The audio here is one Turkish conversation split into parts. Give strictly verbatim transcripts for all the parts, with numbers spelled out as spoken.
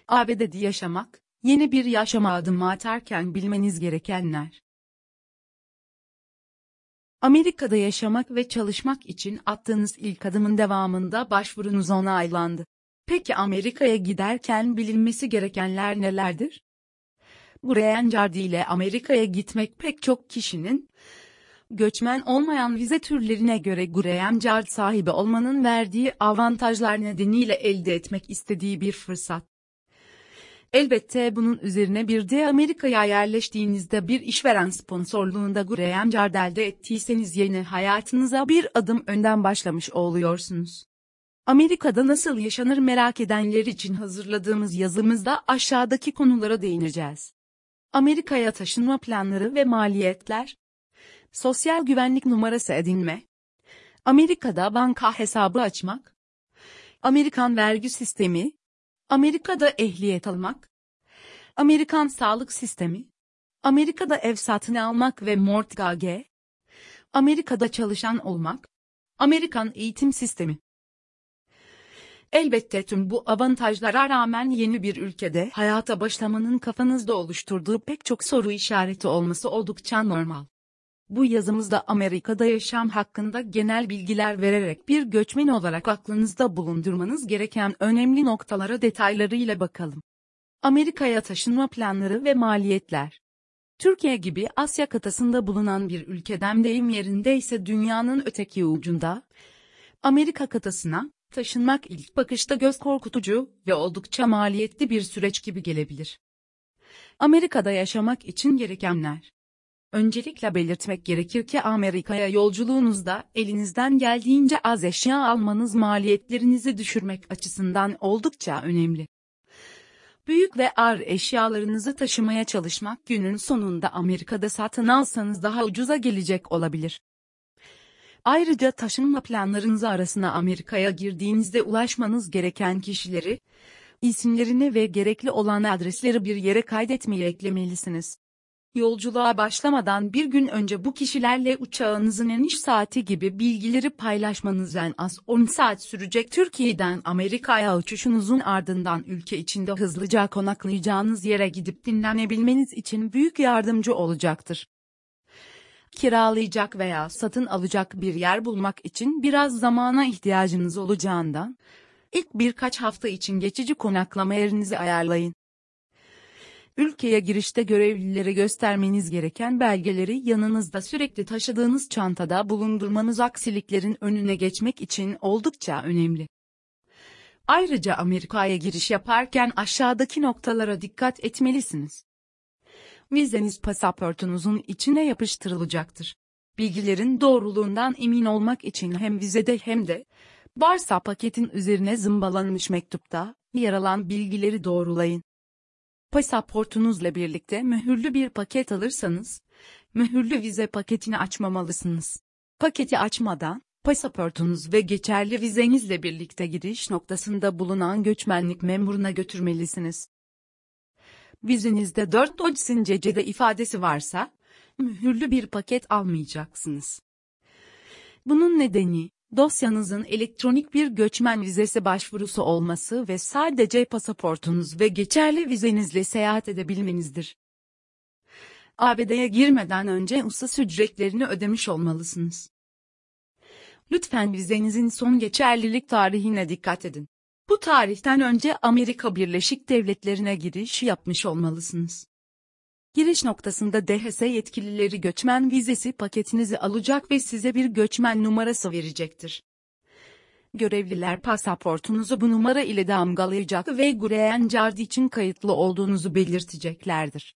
A B D'de yaşamak, yeni bir yaşama adımı atarken bilmeniz gerekenler. Amerika'da yaşamak ve çalışmak için attığınız ilk adımın devamında başvurunuz onaylandı. Peki Amerika'ya giderken bilinmesi gerekenler nelerdir? Green Card ile Amerika'ya gitmek pek çok kişinin, göçmen olmayan vize türlerine göre Green Card sahibi olmanın verdiği avantajlar nedeniyle elde etmek istediği bir fırsat. Elbette bunun üzerine bir de Amerika'ya yerleştiğinizde bir işveren sponsorluğunda Green Card elde ettiyseniz yeni hayatınıza bir adım önden başlamış oluyorsunuz. Amerika'da nasıl yaşanır merak edenler için hazırladığımız yazımızda aşağıdaki konulara değineceğiz. Amerika'ya taşınma planları ve maliyetler, sosyal güvenlik numarası edinme, Amerika'da banka hesabı açmak, Amerikan vergi sistemi, Amerika'da ehliyet almak, Amerikan sağlık sistemi, Amerika'da ev satın almak ve mortgage, Amerika'da çalışan olmak, Amerikan eğitim sistemi. Elbette tüm bu avantajlara rağmen yeni bir ülkede hayata başlamanın kafanızda oluşturduğu pek çok soru işareti olması oldukça normal. Bu yazımızda Amerika'da yaşam hakkında genel bilgiler vererek bir göçmen olarak aklınızda bulundurmanız gereken önemli noktalara detaylarıyla bakalım. Amerika'ya taşınma planları ve maliyetler. Türkiye gibi Asya kıtasında bulunan bir ülkeden deyim yerindeyse dünyanın öteki ucunda, Amerika kıtasına taşınmak ilk bakışta göz korkutucu ve oldukça maliyetli bir süreç gibi gelebilir. Amerika'da yaşamak için gerekenler. Öncelikle belirtmek gerekir ki Amerika'ya yolculuğunuzda elinizden geldiğince az eşya almanız maliyetlerinizi düşürmek açısından oldukça önemli. Büyük ve ağır eşyalarınızı taşımaya çalışmak günün sonunda Amerika'da satın alsanız daha ucuza gelecek olabilir. Ayrıca taşınma planlarınız arasına Amerika'ya girdiğinizde ulaşmanız gereken kişileri, isimlerini ve gerekli olan adresleri bir yere kaydetmeyi eklemelisiniz. Yolculuğa başlamadan bir gün önce bu kişilerle uçağınızın iniş saati gibi bilgileri paylaşmanız en az on saat sürecek Türkiye'den Amerika'ya uçuşunuzun ardından ülke içinde hızlıca konaklayacağınız yere gidip dinlenebilmeniz için büyük yardımcı olacaktır. Kiralayacak veya satın alacak bir yer bulmak için biraz zamana ihtiyacınız olacağından, ilk birkaç hafta için geçici konaklama yerinizi ayarlayın. Ülkeye girişte görevlilere göstermeniz gereken belgeleri yanınızda sürekli taşıdığınız çantada bulundurmanız aksiliklerin önüne geçmek için oldukça önemli. Ayrıca Amerika'ya giriş yaparken aşağıdaki noktalara dikkat etmelisiniz. Vizeniz pasaportunuzun içine yapıştırılacaktır. Bilgilerin doğruluğundan emin olmak için hem vizede hem de varsa paketin üzerine zımbalanmış mektupta yer alan bilgileri doğrulayın. Pasaportunuzla birlikte mühürlü bir paket alırsanız, mühürlü vize paketini açmamalısınız. Paketi açmadan, pasaportunuz ve geçerli vizenizle birlikte giriş noktasında bulunan göçmenlik memuruna götürmelisiniz. Vizenizde dört dojsin C C D ifadesi varsa, mühürlü bir paket almayacaksınız. Bunun nedeni, dosyanızın elektronik bir göçmen vizesi başvurusu olması ve sadece pasaportunuz ve geçerli vizenizle seyahat edebilmenizdir. A B D'ye girmeden önce usus ücretlerini ödemiş olmalısınız. Lütfen vizenizin son geçerlilik tarihine dikkat edin. Bu tarihten önce Amerika Birleşik Devletleri'ne giriş yapmış olmalısınız. Giriş noktasında D H S yetkilileri göçmen vizesi paketinizi alacak ve size bir göçmen numarası verecektir. Görevliler pasaportunuzu bu numara ile damgalayacak ve Green Card için kayıtlı olduğunuzu belirteceklerdir.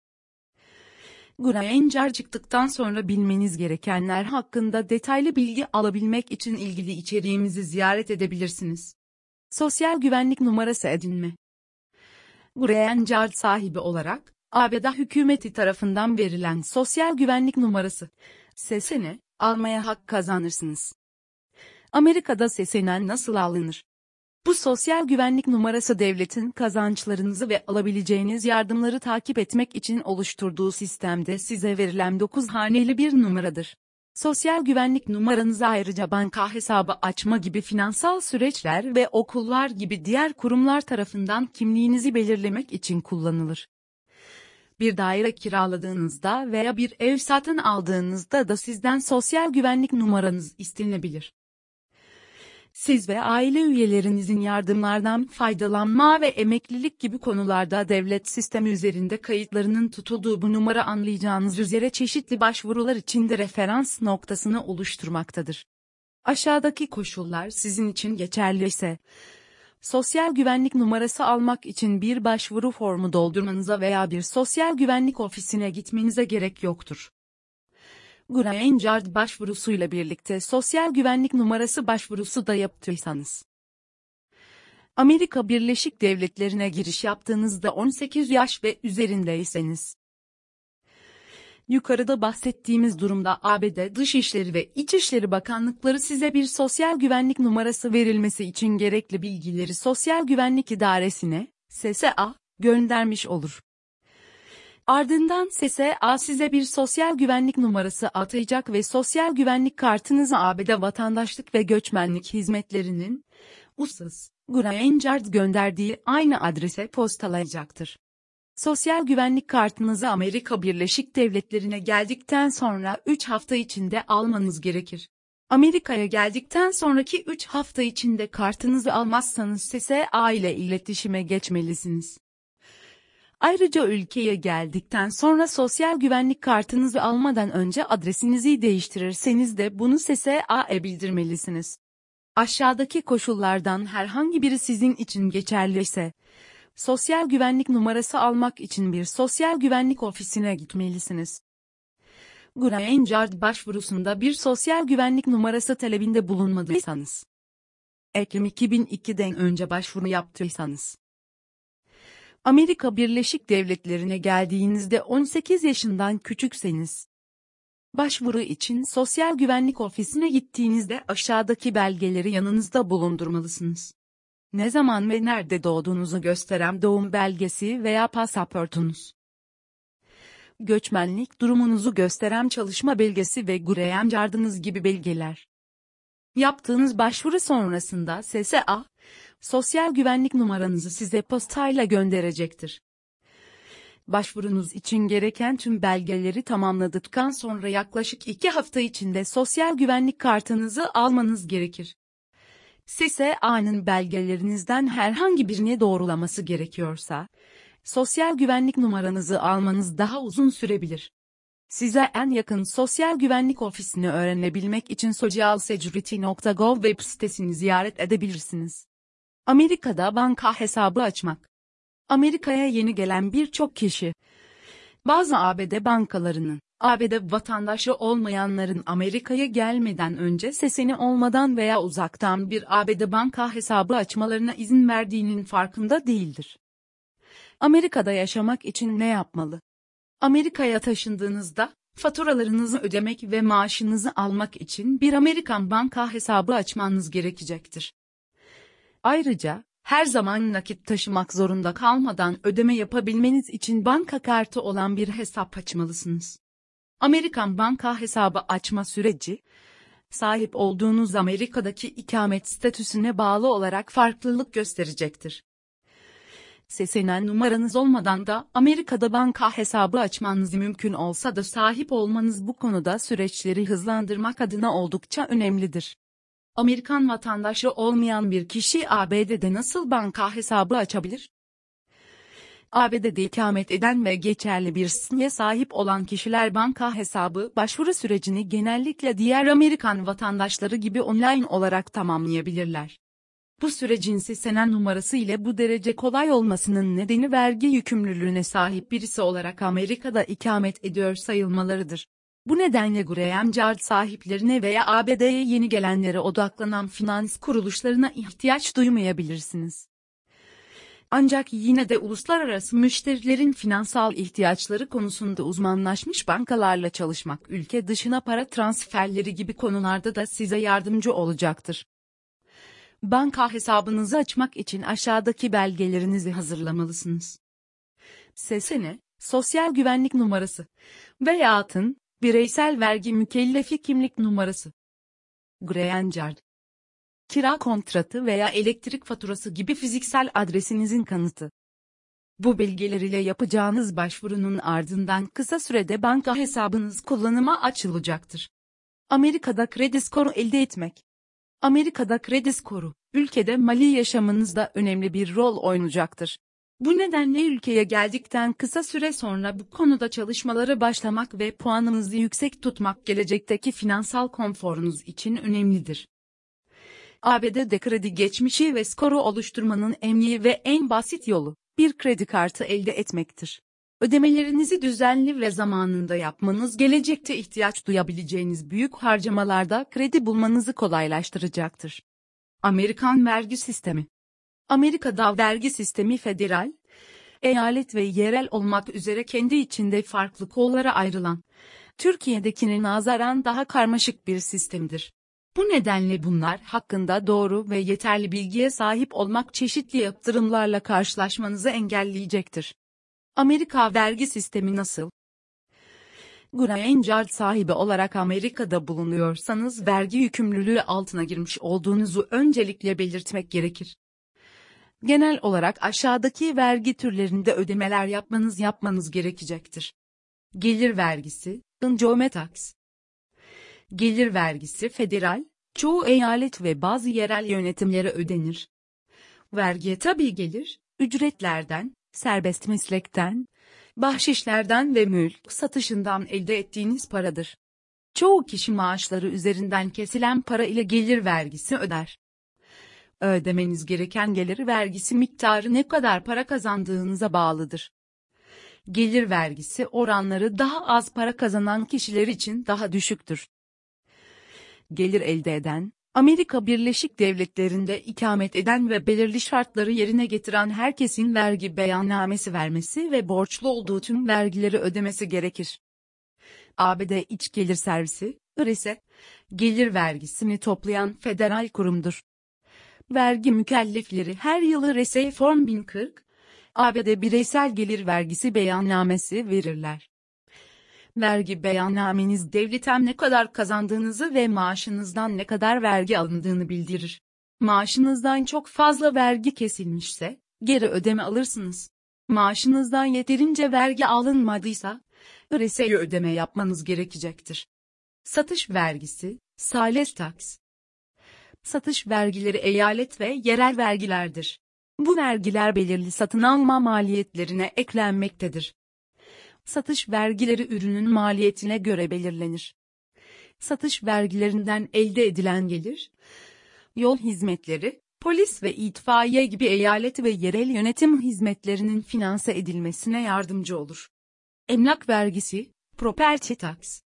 Green Card çıktıktan sonra bilmeniz gerekenler hakkında detaylı bilgi alabilmek için ilgili içeriğimizi ziyaret edebilirsiniz. Sosyal güvenlik numarası edinme. Green Card sahibi olarak, A B D hükümeti tarafından verilen sosyal güvenlik numarası, S S N, almaya hak kazanırsınız. Amerika'da S S N nasıl alınır? Bu sosyal güvenlik numarası devletin kazançlarınızı ve alabileceğiniz yardımları takip etmek için oluşturduğu sistemde size verilen dokuz haneli bir numaradır. Sosyal güvenlik numaranız ayrıca banka hesabı açma gibi finansal süreçler ve okullar gibi diğer kurumlar tarafından kimliğinizi belirlemek için kullanılır. Bir daire kiraladığınızda veya bir ev satın aldığınızda da sizden sosyal güvenlik numaranız istenebilir. Siz ve aile üyelerinizin yardımlardan faydalanma ve emeklilik gibi konularda devlet sistemi üzerinde kayıtlarının tutulduğu bu numara anlayacağınız üzere çeşitli başvurular içinde referans noktasını oluşturmaktadır. Aşağıdaki koşullar sizin için geçerli ise, sosyal güvenlik numarası almak için bir başvuru formu doldurmanıza veya bir sosyal güvenlik ofisine gitmenize gerek yoktur. Green Card başvurusuyla birlikte sosyal güvenlik numarası başvurusu da yaptıysanız, Amerika Birleşik Devletleri'ne giriş yaptığınızda on sekiz yaş ve üzerindeyseniz, yukarıda bahsettiğimiz durumda A B D Dışişleri ve İçişleri Bakanlıkları size bir sosyal güvenlik numarası verilmesi için gerekli bilgileri Sosyal Güvenlik İdaresi'ne, S S A, göndermiş olur. Ardından S S A size bir sosyal güvenlik numarası atayacak ve sosyal güvenlik kartınızı A B D vatandaşlık ve göçmenlik hizmetlerinin, U S İS, Green Card gönderdiği aynı adrese postalayacaktır. Sosyal güvenlik kartınızı Amerika Birleşik Devletleri'ne geldikten sonra üç hafta içinde almanız gerekir. Amerika'ya geldikten sonraki üç hafta içinde kartınızı almazsanız S S A ile iletişime geçmelisiniz. Ayrıca ülkeye geldikten sonra sosyal güvenlik kartınızı almadan önce adresinizi değiştirirseniz de bunu S S A'ya bildirmelisiniz. Aşağıdaki koşullardan herhangi biri sizin için geçerli ise, sosyal güvenlik numarası almak için bir sosyal güvenlik ofisine gitmelisiniz. Green Card başvurusunda bir sosyal güvenlik numarası talebinde bulunmadıysanız, Ekim iki bin iki'den önce başvuru yaptıysanız, Amerika Birleşik Devletleri'ne geldiğinizde on sekiz yaşından küçükseniz, başvuru için sosyal güvenlik ofisine gittiğinizde aşağıdaki belgeleri yanınızda bulundurmalısınız. Ne zaman ve nerede doğduğunuzu gösteren doğum belgesi veya pasaportunuz. Göçmenlik durumunuzu gösteren çalışma belgesi ve Green Card'ınız gibi belgeler. Yaptığınız başvuru sonrasında S S A, sosyal güvenlik numaranızı size postayla gönderecektir. Başvurunuz için gereken tüm belgeleri tamamladıktan sonra yaklaşık iki hafta içinde sosyal güvenlik kartınızı almanız gerekir. S S A'nın belgelerinizden herhangi birini doğrulaması gerekiyorsa, sosyal güvenlik numaranızı almanız daha uzun sürebilir. Size en yakın sosyal güvenlik ofisini öğrenebilmek için social security nokta gov web sitesini ziyaret edebilirsiniz. Amerika'da banka hesabı açmak. Amerika'ya yeni gelen birçok kişi, bazı A B D bankalarının, A B D vatandaşı olmayanların Amerika'ya gelmeden önce sesini olmadan veya uzaktan bir A B D banka hesabı açmalarına izin verdiğinin farkında değildir. Amerika'da yaşamak için ne yapmalı? Amerika'ya taşındığınızda, faturalarınızı ödemek ve maaşınızı almak için bir Amerikan banka hesabı açmanız gerekecektir. Ayrıca, her zaman nakit taşımak zorunda kalmadan ödeme yapabilmeniz için banka kartı olan bir hesap açmalısınız. Amerikan banka hesabı açma süreci, sahip olduğunuz Amerika'daki ikamet statüsüne bağlı olarak farklılık gösterecektir. S S N numaranız olmadan da Amerika'da banka hesabı açmanız mümkün olsa da sahip olmanız bu konuda süreçleri hızlandırmak adına oldukça önemlidir. Amerikan vatandaşı olmayan bir kişi A B D'de nasıl banka hesabı açabilir? A B D'de ikamet eden ve geçerli bir S S N'ye sahip olan kişiler banka hesabı başvuru sürecini genellikle diğer Amerikan vatandaşları gibi online olarak tamamlayabilirler. Bu sürecin S S N numarası ile bu derece kolay olmasının nedeni vergi yükümlülüğüne sahip birisi olarak Amerika'da ikamet ediyor sayılmalarıdır. Bu nedenle Green Card sahiplerine veya A B D'ye yeni gelenlere odaklanan finans kuruluşlarına ihtiyaç duymayabilirsiniz. Ancak yine de uluslararası müşterilerin finansal ihtiyaçları konusunda uzmanlaşmış bankalarla çalışmak, ülke dışına para transferleri gibi konularda da size yardımcı olacaktır. Banka hesabınızı açmak için aşağıdaki belgelerinizi hazırlamalısınız. S S N, sosyal güvenlik numarası, veyahut Bireysel vergi mükellefi kimlik numarası. Green Card. Kira kontratı veya elektrik faturası gibi fiziksel adresinizin kanıtı. Bu belgeler ile yapacağınız başvurunun ardından kısa sürede banka hesabınız kullanıma açılacaktır. Amerika'da kredi skoru elde etmek. Amerika'da kredi skoru, ülkede mali yaşamınızda önemli bir rol oynayacaktır. Bu nedenle ülkeye geldikten kısa süre sonra bu konuda çalışmalara başlamak ve puanınızı yüksek tutmak gelecekteki finansal konforunuz için önemlidir. A B D'de kredi geçmişi ve skoru oluşturmanın en iyi ve en basit yolu, bir kredi kartı elde etmektir. Ödemelerinizi düzenli ve zamanında yapmanız gelecekte ihtiyaç duyabileceğiniz büyük harcamalarda kredi bulmanızı kolaylaştıracaktır. Amerikan vergi sistemi. Amerika'da vergi sistemi federal, eyalet ve yerel olmak üzere kendi içinde farklı kollara ayrılan, Türkiye'dekine nazaran daha karmaşık bir sistemdir. Bu nedenle bunlar hakkında doğru ve yeterli bilgiye sahip olmak çeşitli yaptırımlarla karşılaşmanızı engelleyecektir. Amerika vergi sistemi nasıl? Green Card sahibi olarak Amerika'da bulunuyorsanız vergi yükümlülüğü altına girmiş olduğunuzu öncelikle belirtmek gerekir. Genel olarak aşağıdaki vergi türlerinde ödemeler yapmanız yapmanız gerekecektir. Gelir vergisi, income tax. Gelir vergisi federal, çoğu eyalet ve bazı yerel yönetimlere ödenir. Vergiye tabi gelir, ücretlerden, serbest meslekten, bahşişlerden ve mülk satışından elde ettiğiniz paradır. Çoğu kişi maaşları üzerinden kesilen para ile gelir vergisi öder. Ödemeniz gereken gelir vergisi miktarı ne kadar para kazandığınıza bağlıdır. Gelir vergisi oranları daha az para kazanan kişiler için daha düşüktür. Gelir elde eden, Amerika Birleşik Devletleri'nde ikamet eden ve belirli şartları yerine getiren herkesin vergi beyannamesi vermesi ve borçlu olduğu tüm vergileri ödemesi gerekir. A B D İç Gelir Servisi, I R S, gelir vergisini toplayan federal kurumdur. Vergi mükellefleri her yıl I R S'ye Form bin kırk, A B D bireysel gelir vergisi beyannamesi verirler. Vergi beyannameniz devletten ne kadar kazandığınızı ve maaşınızdan ne kadar vergi alındığını bildirir. Maaşınızdan çok fazla vergi kesilmişse, geri ödeme alırsınız. Maaşınızdan yeterince vergi alınmadıysa, I R S'ye ödeme yapmanız gerekecektir. Satış vergisi, sales tax. Satış vergileri eyalet ve yerel vergilerdir. Bu vergiler belirli satın alma maliyetlerine eklenmektedir. Satış vergileri ürünün maliyetine göre belirlenir. Satış vergilerinden elde edilen gelir, yol hizmetleri, polis ve itfaiye gibi eyalet ve yerel yönetim hizmetlerinin finanse edilmesine yardımcı olur. Emlak vergisi, property tax.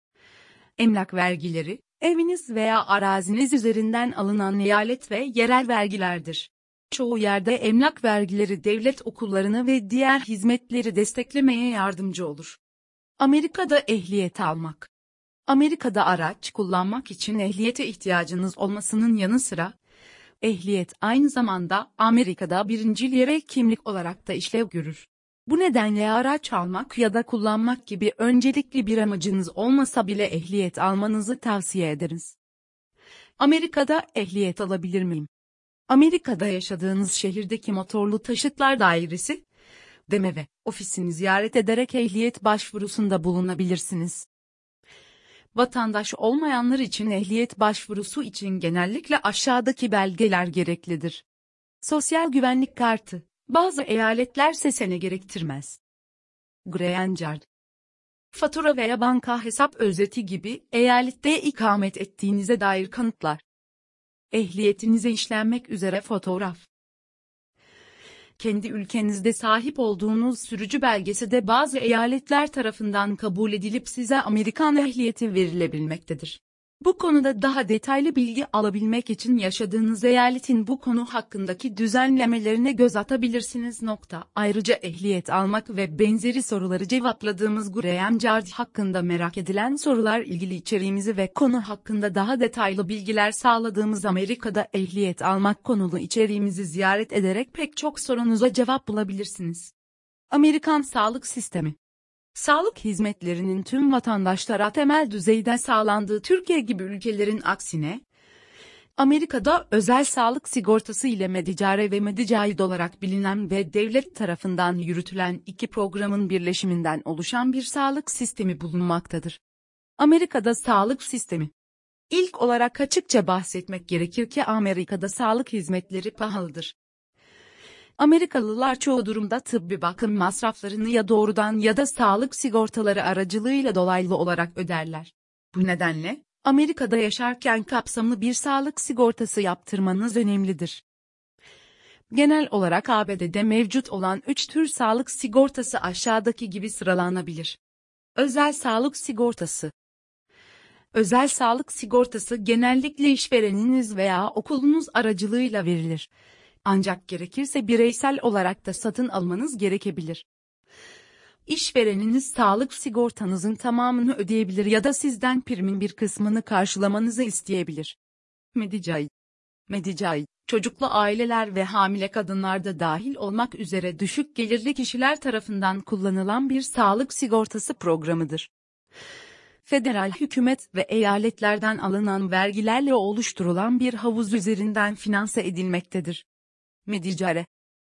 Emlak vergileri, eviniz veya araziniz üzerinden alınan eyalet ve yerel vergilerdir. Çoğu yerde emlak vergileri devlet okullarını ve diğer hizmetleri desteklemeye yardımcı olur. Amerika'da ehliyet almak. Amerika'da araç kullanmak için ehliyete ihtiyacınız olmasının yanı sıra, ehliyet aynı zamanda Amerika'da birincil yere kimlik olarak da işlev görür. Bu nedenle araç almak ya da kullanmak gibi öncelikli bir amacınız olmasa bile ehliyet almanızı tavsiye ederiz. Amerika'da ehliyet alabilir miyim? Amerika'da yaşadığınız şehirdeki motorlu taşıtlar dairesi, D M V, ofisini ziyaret ederek ehliyet başvurusunda bulunabilirsiniz. Vatandaş olmayanlar için ehliyet başvurusu için genellikle aşağıdaki belgeler gereklidir. Sosyal güvenlik kartı, bazı eyaletler sesene gerektirmez. Green Card. Fatura veya banka hesap özeti gibi eyalette ikamet ettiğinize dair kanıtlar. Ehliyetinize işlenmek üzere fotoğraf. Kendi ülkenizde sahip olduğunuz sürücü belgesi de bazı eyaletler tarafından kabul edilip size Amerikan ehliyeti verilebilmektedir. Bu konuda daha detaylı bilgi alabilmek için yaşadığınız eyaletin bu konu hakkındaki düzenlemelerine göz atabilirsiniz. Nokta. Ayrıca ehliyet almak ve benzeri soruları cevapladığımız Green Card hakkında merak edilen sorular ilgili içeriğimizi ve konu hakkında daha detaylı bilgiler sağladığımız Amerika'da ehliyet almak konulu içeriğimizi ziyaret ederek pek çok sorunuza cevap bulabilirsiniz. Amerikan sağlık sistemi. Sağlık hizmetlerinin tüm vatandaşlara temel düzeyde sağlandığı Türkiye gibi ülkelerin aksine, Amerika'da özel sağlık sigortası ile Medicare ve Medicaid olarak bilinen ve devlet tarafından yürütülen iki programın birleşiminden oluşan bir sağlık sistemi bulunmaktadır. Amerika'da sağlık sistemi. İlk olarak açıkça bahsetmek gerekir ki Amerika'da sağlık hizmetleri pahalıdır. Amerikalılar çoğu durumda tıbbi bakım masraflarını ya doğrudan ya da sağlık sigortaları aracılığıyla dolaylı olarak öderler. Bu nedenle, Amerika'da yaşarken kapsamlı bir sağlık sigortası yaptırmanız önemlidir. Genel olarak A B D'de mevcut olan üç tür sağlık sigortası aşağıdaki gibi sıralanabilir. Özel sağlık sigortası. Özel sağlık sigortası genellikle işvereniniz veya okulunuz aracılığıyla verilir. Ancak gerekirse bireysel olarak da satın almanız gerekebilir. İşvereniniz sağlık sigortanızın tamamını ödeyebilir ya da sizden primin bir kısmını karşılamanızı isteyebilir. Medicaid. Medicaid, çocuklu aileler ve hamile kadınlarda dahil olmak üzere düşük gelirli kişiler tarafından kullanılan bir sağlık sigortası programıdır. Federal hükümet ve eyaletlerden alınan vergilerle oluşturulan bir havuz üzerinden finanse edilmektedir. Medicare.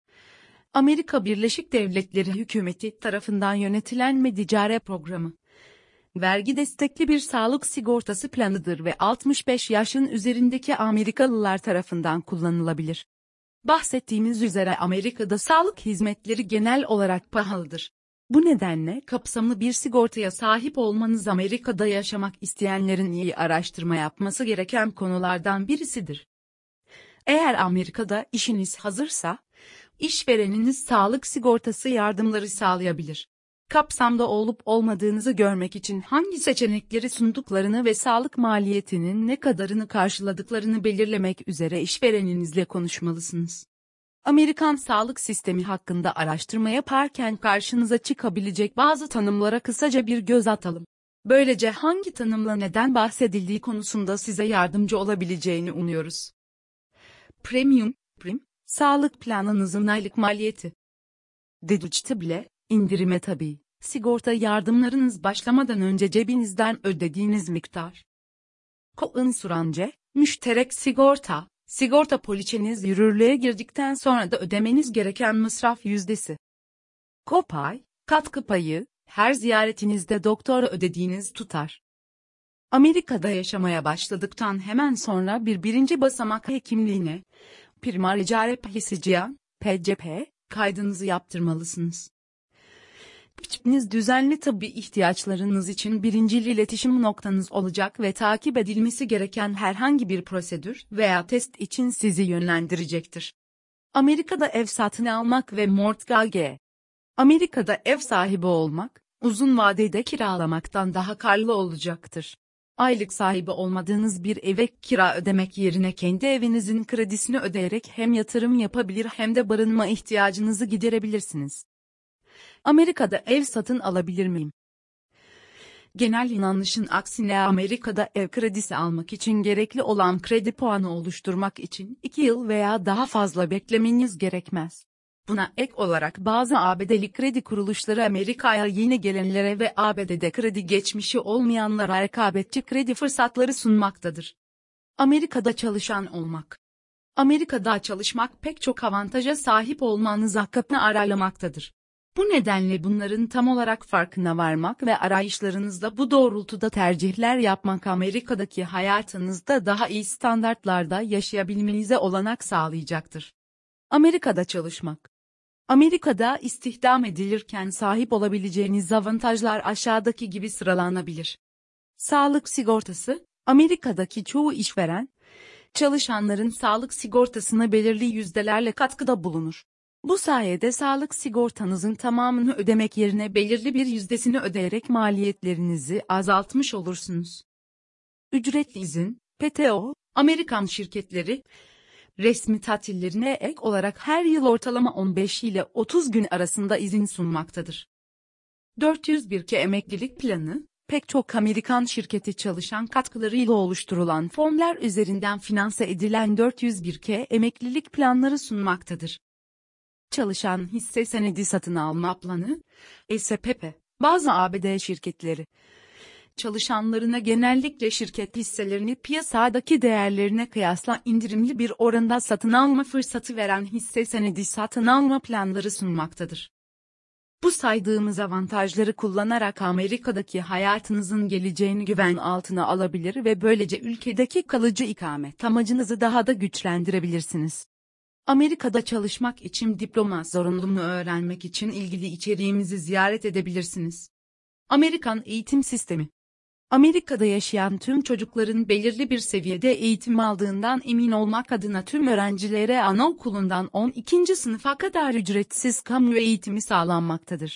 Amerika Birleşik Devletleri hükümeti tarafından yönetilen Medicare programı, vergi destekli bir sağlık sigortası planıdır ve altmış beş yaşın üzerindeki Amerikalılar tarafından kullanılabilir. Bahsettiğimiz üzere Amerika'da sağlık hizmetleri genel olarak pahalıdır. Bu nedenle kapsamlı bir sigortaya sahip olmanız Amerika'da yaşamak isteyenlerin iyi araştırma yapması gereken konulardan birisidir. Eğer Amerika'da işiniz hazırsa, işvereniniz sağlık sigortası yardımları sağlayabilir. Kapsamda olup olmadığınızı görmek için hangi seçenekleri sunduklarını ve sağlık maliyetinin ne kadarını karşıladıklarını belirlemek üzere işvereninizle konuşmalısınız. Amerikan sağlık sistemi hakkında araştırma yaparken karşınıza çıkabilecek bazı tanımlara kısaca bir göz atalım. Böylece hangi tanımla neden bahsedildiği konusunda size yardımcı olabileceğini umuyoruz. Premium, prim, sağlık planınızın aylık maliyeti. Deductible, indirime tabi, sigorta yardımlarınız başlamadan önce cebinizden ödediğiniz miktar. Co-insurance, müşterek sigorta, sigorta poliçeniz yürürlüğe girdikten sonra da ödemeniz gereken masraf yüzdesi. Kopay, katkı payı, her ziyaretinizde doktora ödediğiniz tutar. Amerika'da yaşamaya başladıktan hemen sonra bir birinci basamak hekimliğine, primary care physician, P C P, kaydınızı yaptırmalısınız. Piçiniz düzenli tıbbi ihtiyaçlarınız için birincil iletişim noktanız olacak ve takip edilmesi gereken herhangi bir prosedür veya test için sizi yönlendirecektir. Amerika'da ev satın almak ve mortgage. Amerika'da ev sahibi olmak, uzun vadede kiralamaktan daha karlı olacaktır. Aylık sahibi olmadığınız bir eve kira ödemek yerine kendi evinizin kredisini ödeyerek hem yatırım yapabilir hem de barınma ihtiyacınızı giderebilirsiniz. Amerika'da ev satın alabilir miyim? Genel inanışın aksine Amerika'da ev kredisi almak için gerekli olan kredi puanı oluşturmak için iki yıl veya daha fazla beklemeniz gerekmez. Buna ek olarak bazı A B D'li kredi kuruluşları Amerika'ya yeni gelenlere ve A B D'de kredi geçmişi olmayanlara rekabetçi kredi fırsatları sunmaktadır. Amerika'da çalışan olmak. Amerika'da çalışmak pek çok avantaja sahip olmanız hakkını aralamaktadır. Bu nedenle bunların tam olarak farkına varmak ve arayışlarınızda bu doğrultuda tercihler yapmak Amerika'daki hayatınızda daha iyi standartlarda yaşayabilmenize olanak sağlayacaktır. Amerika'da çalışmak. Amerika'da istihdam edilirken sahip olabileceğiniz avantajlar aşağıdaki gibi sıralanabilir. Sağlık sigortası, Amerika'daki çoğu işveren, çalışanların sağlık sigortasına belirli yüzdelerle katkıda bulunur. Bu sayede sağlık sigortanızın tamamını ödemek yerine belirli bir yüzdesini ödeyerek maliyetlerinizi azaltmış olursunuz. Ücretli izin, P T O, Amerikan şirketleri, resmi tatillerine ek olarak her yıl ortalama on beş ile otuz gün arasında izin sunmaktadır. dört yüz bir K emeklilik planı, pek çok Amerikan şirketi çalışan katkılarıyla oluşturulan fonlar üzerinden finanse edilen dört yüz bir K emeklilik planları sunmaktadır. Çalışan hisse senedi satın alma planı, S P P, Bazı A B D şirketleri, çalışanlarına genellikle şirket hisselerini piyasadaki değerlerine kıyasla indirimli bir oranda satın alma fırsatı veren hisse senedi satın alma planları sunmaktadır. Bu saydığımız avantajları kullanarak Amerika'daki hayatınızın geleceğini güven altına alabilir ve böylece ülkedeki kalıcı ikamet amacınızı daha da güçlendirebilirsiniz. Amerika'da çalışmak için diploma zorunlu mu öğrenmek için ilgili içeriğimizi ziyaret edebilirsiniz. Amerikan eğitim sistemi. Amerika'da yaşayan tüm çocukların belirli bir seviyede eğitim aldığından emin olmak adına tüm öğrencilere anaokulundan on ikinci sınıfa kadar ücretsiz kamu eğitimi sağlanmaktadır.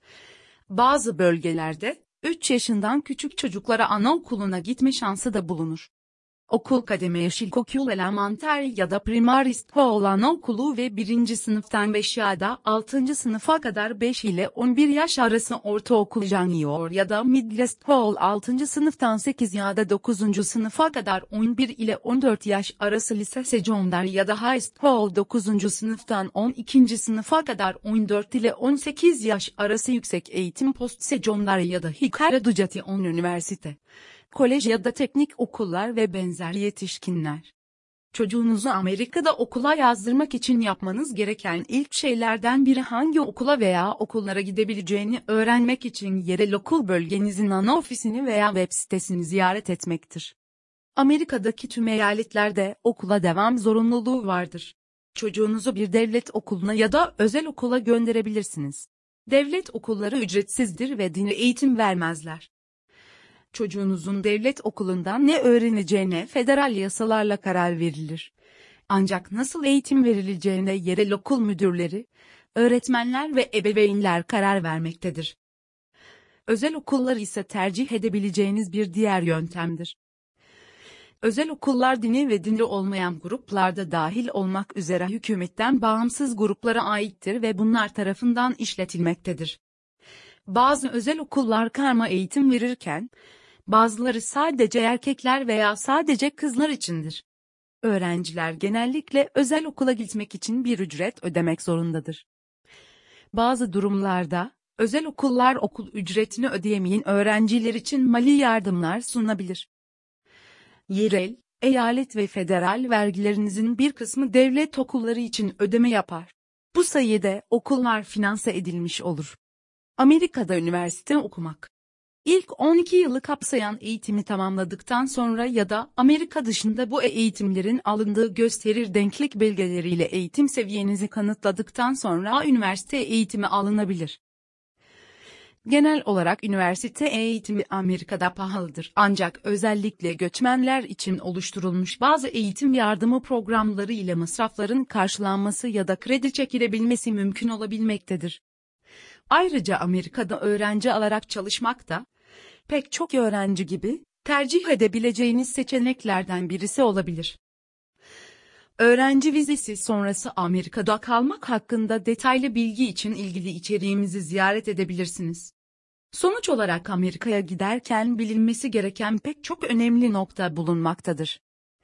Bazı bölgelerde, üç yaşından küçük çocuklara anaokuluna gitme şansı da bulunur. Okul kademe yaş ilkokul elementer ya da primary school anaokulu ve birinci sınıftan beş ya da altıncı sınıfa kadar beş ile on bir yaş arası ortaokul junior ya da middle school altıncı sınıftan sekiz ya da dokuzuncu sınıfa kadar on bir ile on dört yaş arası lise secondary ya da high school dokuzuncu sınıftan on ikinci sınıfa kadar on dört ile on sekiz yaş arası yüksek eğitim post secondary ya da higher education üniversite, kolej ya da teknik okullar ve benzer yetişkinler. Çocuğunuzu Amerika'da okula yazdırmak için yapmanız gereken ilk şeylerden biri hangi okula veya okullara gidebileceğini öğrenmek için yerel okul bölgenizin ana ofisini veya web sitesini ziyaret etmektir. Amerika'daki tüm eyaletlerde okula devam zorunluluğu vardır. Çocuğunuzu bir devlet okuluna ya da özel okula gönderebilirsiniz. Devlet okulları ücretsizdir ve dini eğitim vermezler. Çocuğunuzun devlet okulundan ne öğreneceğine federal yasalarla karar verilir. Ancak nasıl eğitim verileceğine yerel okul müdürleri, öğretmenler ve ebeveynler karar vermektedir. Özel okullar ise tercih edebileceğiniz bir diğer yöntemdir. Özel okullar dini ve dinli olmayan gruplarda dahil olmak üzere hükümetten bağımsız gruplara aittir ve bunlar tarafından işletilmektedir. Bazı özel okullar karma eğitim verirken, bazıları sadece erkekler veya sadece kızlar içindir. Öğrenciler genellikle özel okula gitmek için bir ücret ödemek zorundadır. Bazı durumlarda, özel okullar okul ücretini ödeyemeyen öğrenciler için mali yardımlar sunabilir. Yerel, eyalet ve federal vergilerinizin bir kısmı devlet okulları için ödeme yapar. Bu sayede okullar finanse edilmiş olur. Amerika'da üniversite okumak. İlk on iki yılı kapsayan eğitimi tamamladıktan sonra ya da Amerika dışında bu eğitimlerin alındığı gösterir denklik belgeleriyle eğitim seviyenizi kanıtladıktan sonra üniversite eğitimi alınabilir. Genel olarak üniversite eğitimi Amerika'da pahalıdır. Ancak özellikle göçmenler için oluşturulmuş bazı eğitim yardımı programları ile masrafların karşılanması ya da kredi çekilebilmesi mümkün olabilmektedir. Ayrıca Amerika'da öğrenci alarak çalışmak da, pek çok öğrenci gibi, tercih edebileceğiniz seçeneklerden birisi olabilir. Öğrenci vizesi sonrası Amerika'da kalmak hakkında detaylı bilgi için ilgili içeriğimizi ziyaret edebilirsiniz. Sonuç olarak Amerika'ya giderken bilinmesi gereken pek çok önemli nokta bulunmaktadır.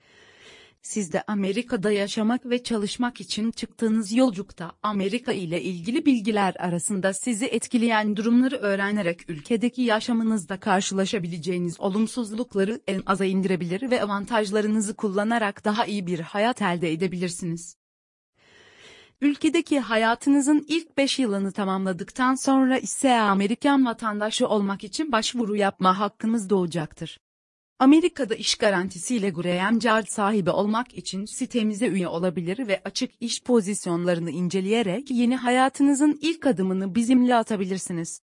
Siz de Amerika'da yaşamak ve çalışmak için çıktığınız yolculukta Amerika ile ilgili bilgiler arasında sizi etkileyen durumları öğrenerek ülkedeki yaşamınızda karşılaşabileceğiniz olumsuzlukları en aza indirebilir ve avantajlarınızı kullanarak daha iyi bir hayat elde edebilirsiniz. Ülkedeki hayatınızın ilk beş yılını tamamladıktan sonra ise Amerikan vatandaşı olmak için başvuru yapma hakkınız doğacaktır. Amerika'da iş garantisiyle Green Card sahibi olmak için sitemize üye olabilir ve açık iş pozisyonlarını inceleyerek yeni hayatınızın ilk adımını bizimle atabilirsiniz.